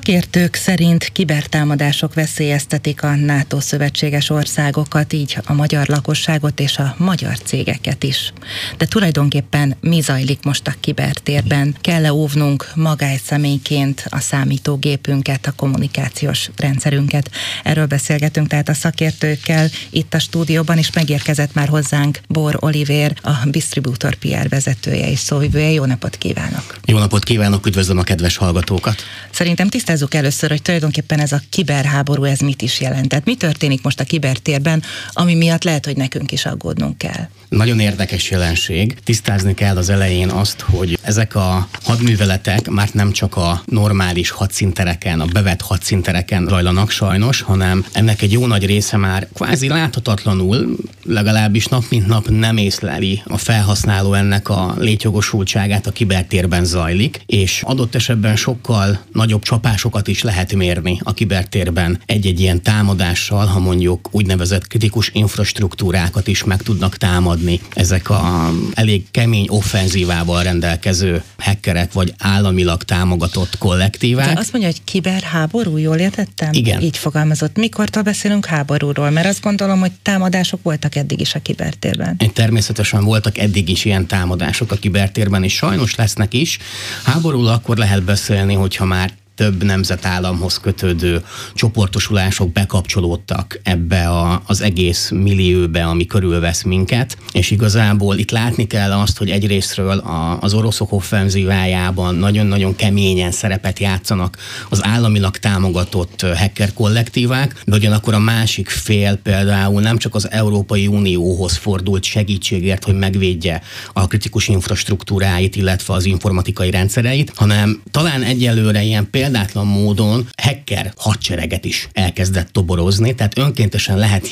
Szakértők szerint kibertámadások veszélyeztetik a NATO szövetséges országokat, így a magyar lakosságot és a magyar cégeket is. De tulajdonképpen mi zajlik most a kibertérben? Kell-e óvnunk magánszemélyként a számítógépünket, a kommunikációs rendszerünket? Erről beszélgetünk tehát a szakértőkkel itt a stúdióban, és megérkezett már hozzánk Bor Olivér, a Distributor PR vezetője és szóvivője. Jó napot kívánok! Jó napot kívánok, üdvözlöm a kedves hallgatókat! Szerintem tisztázzuk először, hogy tulajdonképpen ez a kiberháború, ez mit is jelent. Tehát mi történik most a kibertérben, ami miatt lehet, hogy nekünk is aggódnunk kell? Nagyon érdekes jelenség. Tisztázni kell az elején azt, hogy ezek a hadműveletek már nem csak a normális hadszíntereken, a bevett hadszíntereken zajlanak sajnos, hanem ennek egy jó nagy része már kvázi láthatatlanul, legalábbis nap mint nap nem észleli a felhasználó ennek a létjogosultságát, a kibertérben zajlik, és adott esetben sokkal nagyobb csapásokat is lehet mérni a kibertérben egy-egy ilyen támadással, ha mondjuk úgynevezett kritikus infrastruktúrákat is meg tudnak támadni. Ezek a elég kemény offenzívával rendelkező hackerek vagy államilag támogatott kollektívák. De azt mondja, hogy kiberháború, jól értettem? Igen. Így fogalmazott. Mikortól beszélünk háborúról? Mert azt gondolom, hogy támadások voltak eddig is a kibertérben. Természetesen voltak eddig is ilyen támadások a kibertérben, és sajnos lesznek is. Háborúról akkor lehet beszélni, hogyha már több nemzetállamhoz kötődő csoportosulások bekapcsolódtak ebbe az egész millióbe, ami körülvesz minket, és igazából itt látni kell azt, hogy egyrésztről az oroszok offenzívájában nagyon-nagyon keményen szerepet játszanak az államilag támogatott hacker kollektívák, de ugyanakkor a másik fél például nem csak az Európai Unióhoz fordult segítségért, hogy megvédje a kritikus infrastruktúráit, illetve az informatikai rendszereit, hanem talán egyelőre ilyen példátlan módon hacker hadsereget is elkezdett toborozni, tehát önkéntesen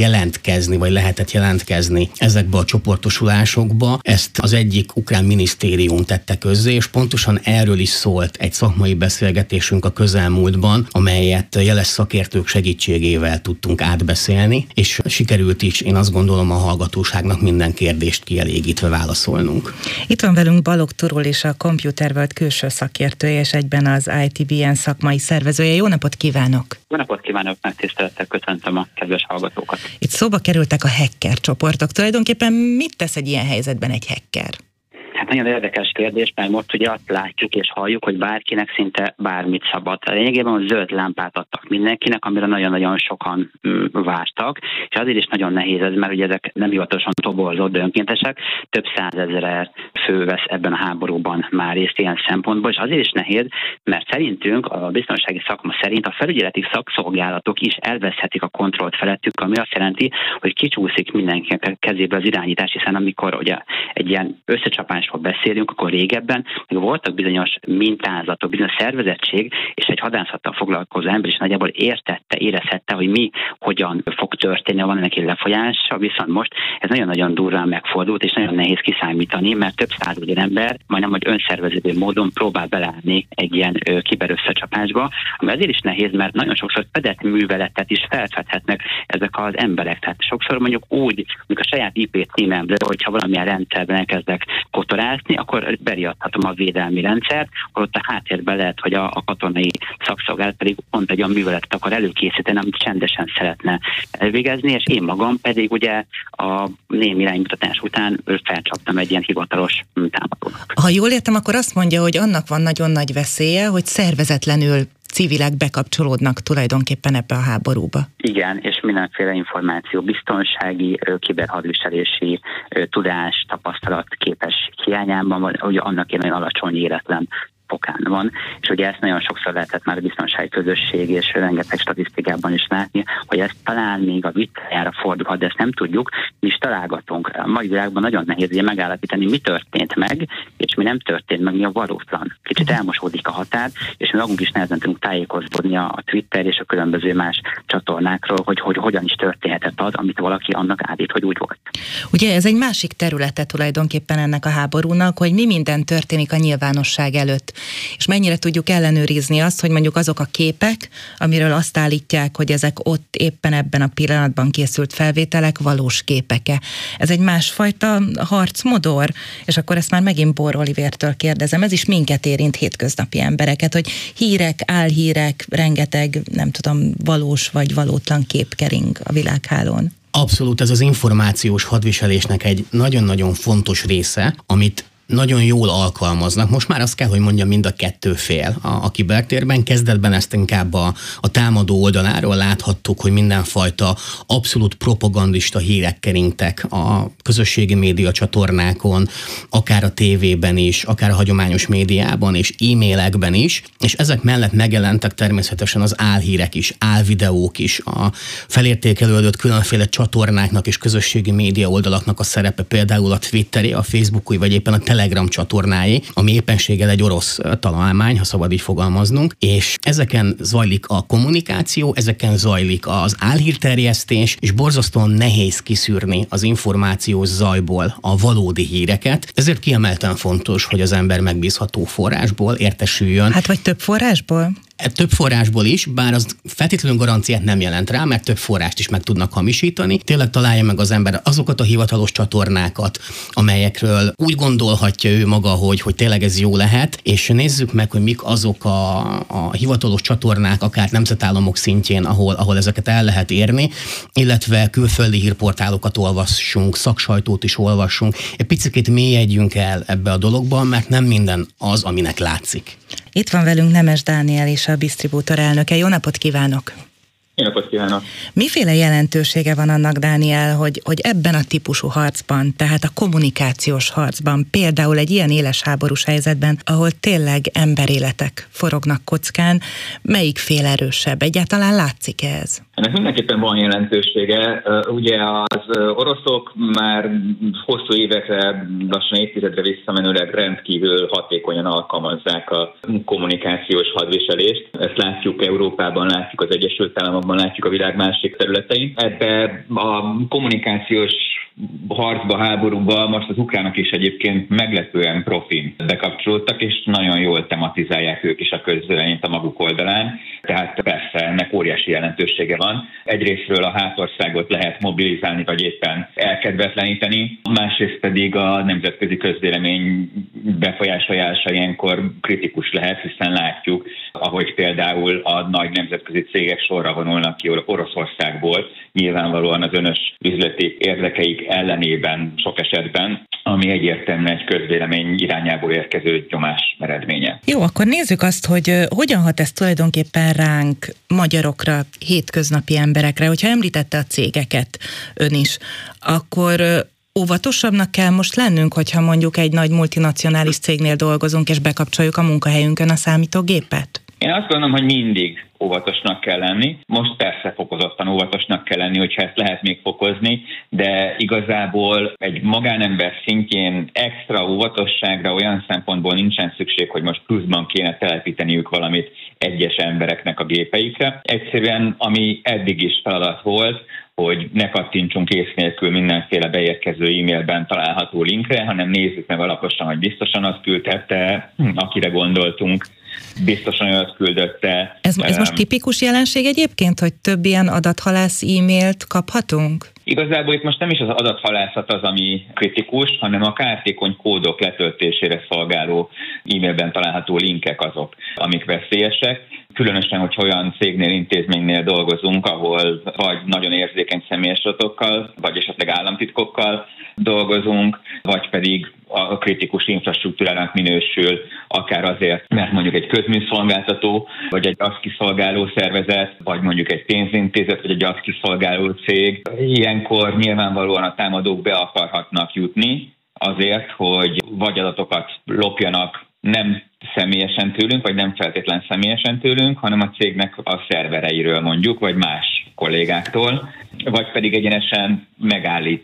lehetett jelentkezni ezekbe a csoportosulásokba. Ezt az egyik ukrán minisztérium tette közzé, és pontosan erről is szólt egy szakmai beszélgetésünk a közelmúltban, amelyet jeles szakértők segítségével tudtunk átbeszélni, és sikerült is, én azt gondolom, a hallgatóságnak minden kérdést kielégítve válaszolnunk. Itt van velünk Balogh Turul is, a Computer World külső szakértője, és egyben az ITBN szakmai szervezője. Jó napot kívánok! Jó napot kívánok, megtisztelettel köszöntöm a kedves hallgatókat. Itt szóba kerültek a hacker csoportok. Tulajdonképpen mit tesz egy ilyen helyzetben egy hacker? Hát nagyon érdekes kérdés, mert most ugye azt látjuk és halljuk, hogy bárkinek szinte bármit szabad. Lényegében zöld lámpát adtak mindenkinek, amire nagyon-nagyon sokan vártak, és azért is nagyon nehéz ez, mert ugye ezek nem hivatalosan toborzott, de önkéntesek, több százezer fő vesz ebben a háborúban már részt ilyen szempontból, és azért is nehéz, mert szerintünk, a biztonsági szakma szerint a felügyeleti szakszolgálatok is elveszhetik a kontrollt felettük, ami azt jelenti, hogy kicsúszik mindenkinek kezébe az irányítás, hiszen amikor ugye egy ilyen összecsapásról beszélünk, akkor régebben még voltak bizonyos mintázatok, bizonyos szervezettség, és egy hadászattal foglalkozó ember is nagyjából érezhette, hogy mi hogyan fog történni, van neki lefolyása, viszont most ez nagyon-nagyon durván megfordult, és nagyon nehéz kiszámítani, mert több száz ember majdnem, hogy önszerveződő módon próbál beleállni egy ilyen kiberösszecsapásba, ami azért is nehéz, mert nagyon sokszor fedett műveletet is felfedhetnek ezek az emberek. Tehát sokszor mondjuk úgy, mondjuk a saját IP címemre, hogyha valamilyen rendszerben elkezdek kotorászni, akkor beriadhatom a védelmi rendszert, akkor ott a háttérben lehet, hogy a katonai szakszolgálat pedig pont egy olyan műveletet akar előkészíteni, amit csendesen szeretne elvégezni, és én magam pedig ugye a némi iránymutatás után felcsaptam egy ilyen hivatalos támadónak. Ha jól értem, akkor azt mondja, hogy annak van nagyon nagy veszélye, hogy szervezetlenül civilek bekapcsolódnak tulajdonképpen ebbe a háborúba. Igen, és mindenféle információ, biztonsági, kiberhadviselési tudás, tapasztalat, képes hiányában, ugye annak egy nagyon alacsony éretlen fokán van, és ugye ezt nagyon sokszor lehetett már a biztonsági közösség és rengeteg statisztikában is látni, hogy ez talán még a vitájára fordulhat, de ezt nem tudjuk, mi is találgatunk. A mai világban nagyon nehéz ugye megállapítani, mi történt meg, és mi nem történt meg, mi a valótlan. Kicsit elmosódik a határ, és mi magunk is nehezen tudunk tájékozódni a Twitter és a különböző más csatornákról, hogy hogyan is történhetett az, amit valaki annak állít, hogy úgy volt. Ugye ez egy másik területe tulajdonképpen ennek a háborúnak, hogy mi minden történik a nyilvánosság előtt. és mennyire tudjuk ellenőrizni azt, hogy mondjuk azok a képek, amiről azt állítják, hogy ezek ott éppen ebben a pillanatban készült felvételek, valós képeke. Ez egy másfajta harcmodor, és akkor ezt már megint Bór Olivértől kérdezem, ez is minket érint, hétköznapi embereket, hogy hírek, álhírek, rengeteg, nem tudom, valós vagy valótlan kép kering a világhálón. Abszolút, ez az információs hadviselésnek egy nagyon-nagyon fontos része, amit nagyon jól alkalmaznak. Most már azt kell, hogy mondjam, mind a kettő fél a kibertérben. Kezdetben ezt inkább a támadó oldaláról láthattuk, hogy mindenfajta abszolút propagandista hírek keringtek a közösségi média csatornákon, akár a tévében is, akár a hagyományos médiában és e-mailekben is, és ezek mellett megjelentek természetesen az álhírek is, álvideók is, a felértékelődött különféle csatornáknak és közösségi média oldalaknak a szerepe, például a Twitteré, a Facebooké, vagy éppen a Telegram csatornái, ami éppenséggel egy orosz találmány, ha szabad így fogalmaznunk, és ezeken zajlik a kommunikáció, ezeken zajlik az álhírterjesztés, és borzasztóan nehéz kiszűrni az információs zajból a valódi híreket. Ezért kiemelten fontos, hogy az ember megbízható forrásból értesüljön. Hát vagy több forrásból? Több forrásból is, bár az feltétlenül garanciát nem jelent rá, mert több forrást is meg tudnak hamisítani. Tényleg találja meg az ember azokat a hivatalos csatornákat, amelyekről úgy gondolhatja ő maga, hogy tényleg ez jó lehet, és nézzük meg, hogy mik azok a hivatalos csatornák, akár nemzetállamok szintjén, ahol ezeket el lehet érni, illetve külföldi hírportálokat olvassunk, szaksajtót is olvassunk. Egy picit mélyedjünk el ebbe a dologba, mert nem minden az, aminek látszik. Itt van velünk Nemes Dániel és a Bisztribútor elnöke. Jó napot kívánok! Jó napot kívánok! Miféle jelentősége van annak, Dániel, hogy ebben a típusú harcban, tehát a kommunikációs harcban, például egy ilyen éles háborús helyzetben, ahol tényleg emberéletek forognak kockán, melyik fél erősebb? Egyáltalán látszik ez? Ennek mindenképpen van jelentősége. Ugye az oroszok már hosszú évekre, lassan évtizedre visszamenőleg rendkívül hatékonyan alkalmazzák a kommunikációs hadviselést. Ezt látjuk Európában, látjuk az Egyesült Államokban, látjuk a világ másik területein. Ebbe a kommunikációs harcba, háborúba most az ukránok is egyébként meglepően profin bekapcsolódtak, és nagyon jól tematizálják ők is a közvéleményt a maguk oldalán. Tehát persze ennek óriási jelentősége van. Egyrésztről a hátországot lehet mobilizálni, vagy éppen elkedvetleníteni, másrészt pedig a nemzetközi közvélemény befolyásolása ilyenkor kritikus lehet, hiszen látjuk, ahogy például a nagy nemzetközi cégek sorra vonulnak ki Oroszországból, nyilvánvalóan az önös üzleti érdekeik ellenében sok esetben, ami egyértelműen egy közvélemény irányából érkező nyomás eredménye. Jó, akkor nézzük azt, hogy hogyan hat ez tulajdonképpen ránk, magyarokra, hétköznapi emberekre. Hogyha említette a cégeket ön is, akkor óvatosabbnak kell most lennünk, hogyha mondjuk egy nagy multinacionális cégnél dolgozunk, és bekapcsoljuk a munkahelyünkön a számítógépet? Én azt gondolom, hogy mindig óvatosnak kell lenni. Most persze fokozottan óvatosnak kell lenni, hogyha ezt lehet még fokozni, de igazából egy magánember szintjén extra óvatosságra olyan szempontból nincsen szükség, hogy most pluszban kéne telepíteniük valamit egyes embereknek a gépeikre. Egyszerűen, ami eddig is feladat volt, hogy ne kattintsunk ész nélkül mindenféle beérkező e-mailben található linkre, hanem nézzük meg alaposan, hogy biztosan azt küldette, akire gondoltunk, biztosan olyat küldötte. Ez most tipikus jelenség egyébként, hogy több ilyen adathalász e-mailt kaphatunk? Igazából itt most nem is az adathalászat az, ami kritikus, hanem a kártékony kódok letöltésére szolgáló e-mailben található linkek azok, amik veszélyesek. Különösen, hogyha olyan cégnél, intézménynél dolgozunk, ahol vagy nagyon érzékeny személyes adatokkal, vagy esetleg államtitkokkal dolgozunk, vagy pedig a kritikus infrastruktúrának minősül, akár azért, mert mondjuk egy közműszolgáltató, vagy egy azt kiszolgáló szervezet, vagy mondjuk egy pénzintézet, vagy egy azt kiszolgáló cég. Ilyenkor nyilvánvalóan a támadók be akarhatnak jutni azért, hogy vagy adatokat lopjanak nem személyesen tőlünk, vagy nem feltétlen személyesen tőlünk, hanem a cégnek a szervereiről mondjuk, vagy más kollégáktól, vagy pedig egyenesen megállítsák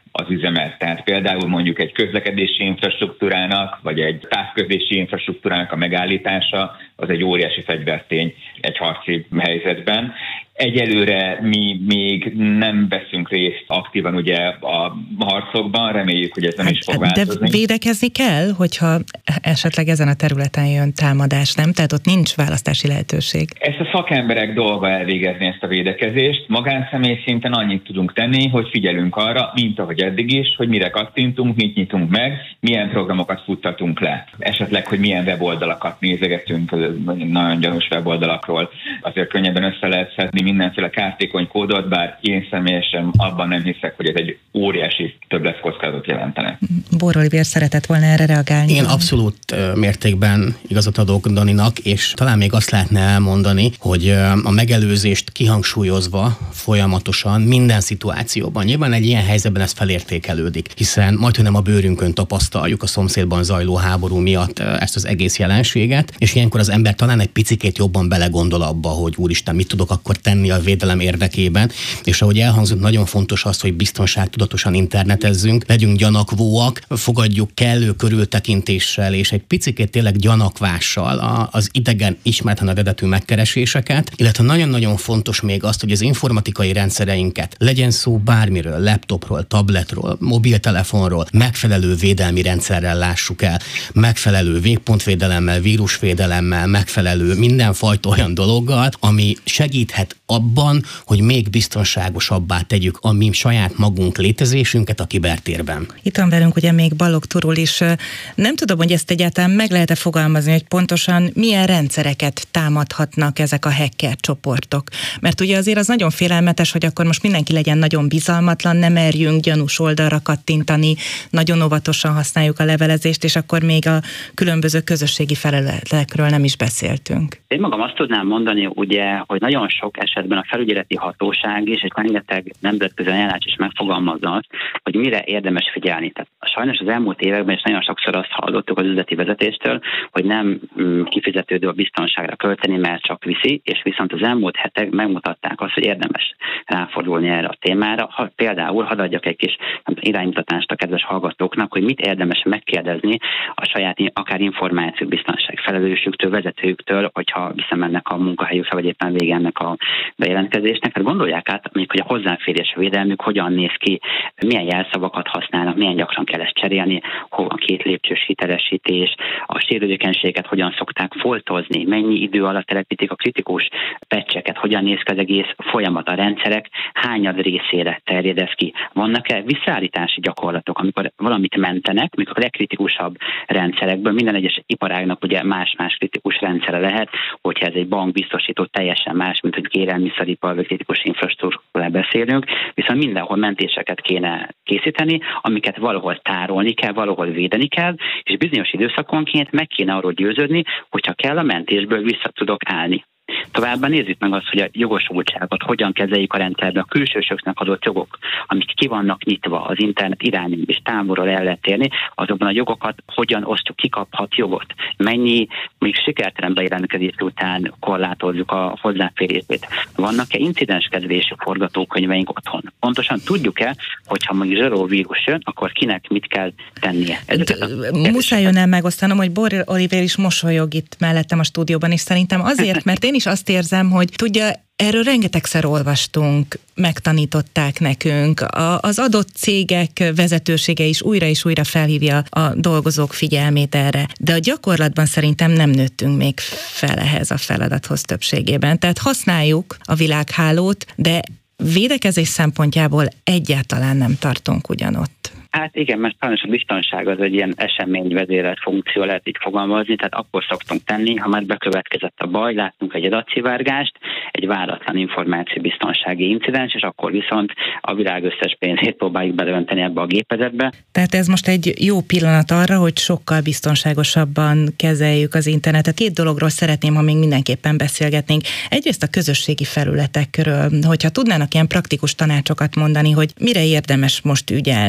az üzemet. Tehát például mondjuk egy közlekedési infrastruktúrának, vagy egy távközlési infrastruktúrának a megállítása, az egy óriási fegyvertény egy harci helyzetben. Egyelőre mi még nem veszünk részt aktívan ugye a harcokban, reméljük, hogy ez nem is fog változni. De védekezni kell, hogyha esetleg ezen a területen jön támadás, nem? Tehát ott nincs választási lehetőség. Ezt a szakemberek dolga elvégezni ezt a védekezést. Magánszemély szinten annyit tudunk tenni, hogy figyelünk arra, mint ahogy eddig is, hogy mire kattintunk, mit nyitunk meg, milyen programokat futtatunk le. Esetleg, hogy milyen weboldalakat nézegetünk, nagyon gyanús weboldalakról. Azért könnyebben össze lehet szedni mindenféle kártékony kódot, bár én személyesen abban nem hiszek, hogy ez egy óriási többletkockázatot jelentene. Bór Olivér szeretett volna erre reagálni? Én abszolút mértékben igazat adok Daninak, és talán még azt lehetne elmondani, hogy a megelőzést kihangsúlyozva folyamatosan minden szituációban. Nyilván egy ilyen helyzetben ez felértékelődik, hiszen majdhogy nem a bőrünkön tapasztaljuk a szomszédban zajló háború miatt ezt az egész jelenséget, és ilyenkor az ember talán egy picikét jobban belegondol abba, hogy úristen, mit tudok akkor tenni a védelem érdekében, és ahogy elhangzott, nagyon fontos az, hogy biztonságtudatosan internetezzünk, legyünk gyanakvóak, fogadjuk kellő körültekintéssel és egy picikét tényleg gyanakvással az idegen ismeretlen eredetű megkereséseket, illetve nagyon-nagyon fontos még azt, hogy az informatikai rendszereinket, legyen szó bármiről, laptopról, tabletról, mobiltelefonról, megfelelő védelmi rendszerrel lássuk el, megfelelő végpontvédelemmel, vírusvédelemmel, megfelelő mindenfajta olyan dologgal, ami segíthet abban, hogy még biztonságosabbá tegyük a mi saját magunk létezésünket a kibertérben. Itt van velünk ugye még Balogh Turul is. Nem tudom, hogy ezt egyáltalán meg lehet-e fogalmazni, hogy pontosan milyen rendszereket támadhatnak ezek a hacker csoportok. Mert ugye azért az nagyon félelmetes, hogy akkor most mindenki legyen nagyon bizalmatlan, nem merjünk gyanús oldalra kattintani, nagyon óvatosan használjuk a levelezést, és akkor még a különböző közösségi felületekről nem is beszéltünk. Én magam azt tudnám mondani, ugye, hogy nagyon sok esetben a felügyeleti hatóság is, és rengeteg nemzetközi ajánlás is megfogalmazza azt, hogy mire érdemes figyelni. Tehát sajnos az elmúlt években is nagyon sokszor azt hallottuk az üzleti vezetéstől, hogy nem kifizetődő a biztonságra költeni, mert csak viszi, és viszont az elmúlt hetek megmutatták azt, hogy érdemes ráfordulni erre a témára. Például hadd adjak egy kis iránymutatást a kedves hallgatóknak, hogy mit érdemes megkérdezni a saját akár információbiztonság felelősüktől, vezetőktől, hogyha visszamennek a munkahelyükre, vagy éppen vége ennek a bejelentkezésnek. Tehát gondolják át, mondjuk, hogy a hozzáférés védelmük hogyan néz ki, milyen jelszavakat használnak, milyen gyakran kell ezt cserélni, hol van 2 lépcsős hitelesítés, a sérülékenységet hogyan szokták foltozni, mennyi idő alatt telepítik a kritikus patcheket, hogyan néz ki az egész folyamat, a rendszerek hányad részére terjed ez ki. Vannak-e visszaállítási gyakorlatok, amikor valamit mentenek, amikor a legkritikusabb rendszerekből, minden egyes iparágnak ugye más-más kritikus rendszere lehet, hogyha ez egy bank biztosító teljesen más, mint hogy élelmiszeripar vagy kritikus infrastruktúráról beszélünk, viszont mindenhol mentéseket kéne készíteni, amiket valahol tárolni kell, valahol védeni kell, és bizonyos időszakonként meg kéne arról győződni, hogyha kell a mentésből vissza tudok állni. Továbbá nézzük meg azt, hogy a jogosultságot hogyan kezeljük a rendszerben, a külsősöknek adott jogok, amik ki vannak nyitva az internet irányába és távolról el lehet érni, azokban a jogokat hogyan osztjuk, ki kaphat jogot, mennyi még sikertelen bejelentkezés után korlátozzuk a hozzáférését. Vannak-e incidenskezelési forgatókönyveink otthon? Pontosan tudjuk-e, hogyha mondjuk zsaróvírus jön, akkor kinek mit kell tennie? Muszáj önnel megosztanom, hogy Bór Olivér is mosolyog itt mellettem a stúdióban, és szerintem azért, mert én is azt érzem, hogy tudja, erről rengetegszer olvastunk, megtanították nekünk. Az adott cégek vezetősége is újra és újra felhívja a dolgozók figyelmét erre. De a gyakorlatban szerintem nem nőttünk még fel ehhez a feladathoz többségében. Tehát használjuk a világhálót, de védekezés szempontjából egyáltalán nem tartunk ugyanott. Hát igen, mert sajnos a biztonság az egy ilyen eseményvezérelt funkció, lehet így fogalmazni, tehát akkor szoktunk tenni, ha már bekövetkezett a baj, láttunk egy adatszivárgást, egy váratlan információbiztonsági incidens, és akkor viszont a világ összes pénzét próbáljuk belönteni ebbe a gépezetbe. Tehát ez most egy jó pillanat arra, hogy sokkal biztonságosabban kezeljük az internetet. 2 dologról szeretném, ha még mindenképpen beszélgetnénk. Egyrészt a közösségi felületekről, hogyha tudnának ilyen praktikus tanácsokat mondani, hogy mire érdemes most ügyelni. Nagyon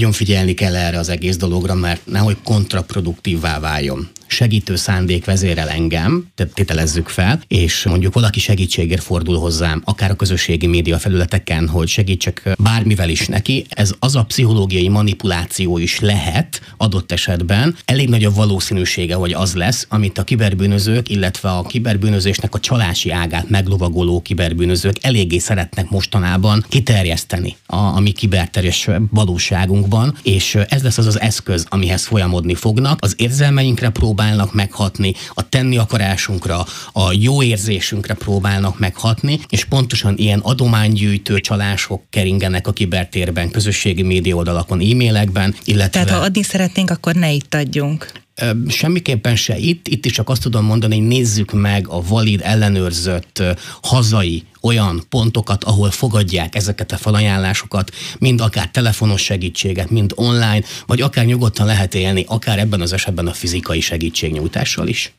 nagyon figyelni kell erre az egész dologra, mert nehogy kontraproduktívvá váljon. Segítő szándék vezérel engem, tételezzük fel, és mondjuk valaki segítségért fordul hozzám, akár a közösségi média felületeken, hogy segítsek bármivel is neki, ez az a pszichológiai manipuláció is lehet adott esetben. Elég nagy a valószínűsége, hogy az lesz, amit a kiberbűnözők, illetve a kiberbűnözésnek a csalási ágát meglovagoló kiberbűnözők eléggé szeretnek mostanában kiterjeszteni a mi kiberterjes valóságunkban, és ez lesz az eszköz, amihez folyamodni fognak. Az érzelmeinkre próbálnak meghatni, a tenni akarásunkra, a jó érzésünkre próbálnak meghatni, és pontosan ilyen adománygyűjtő csalások keringenek a kibertérben, közösségi média oldalakon, e-mailekben, illetve... Tehát ha adni szeretnénk, akkor ne itt adjunk. Semmiképpen se itt is csak azt tudom mondani, hogy nézzük meg a valid, ellenőrzött, hazai olyan pontokat, ahol fogadják ezeket a felajánlásokat, mind akár telefonos segítséget, mind online, vagy akár nyugodtan lehet élni, akár ebben az esetben a fizikai segítségnyújtással is.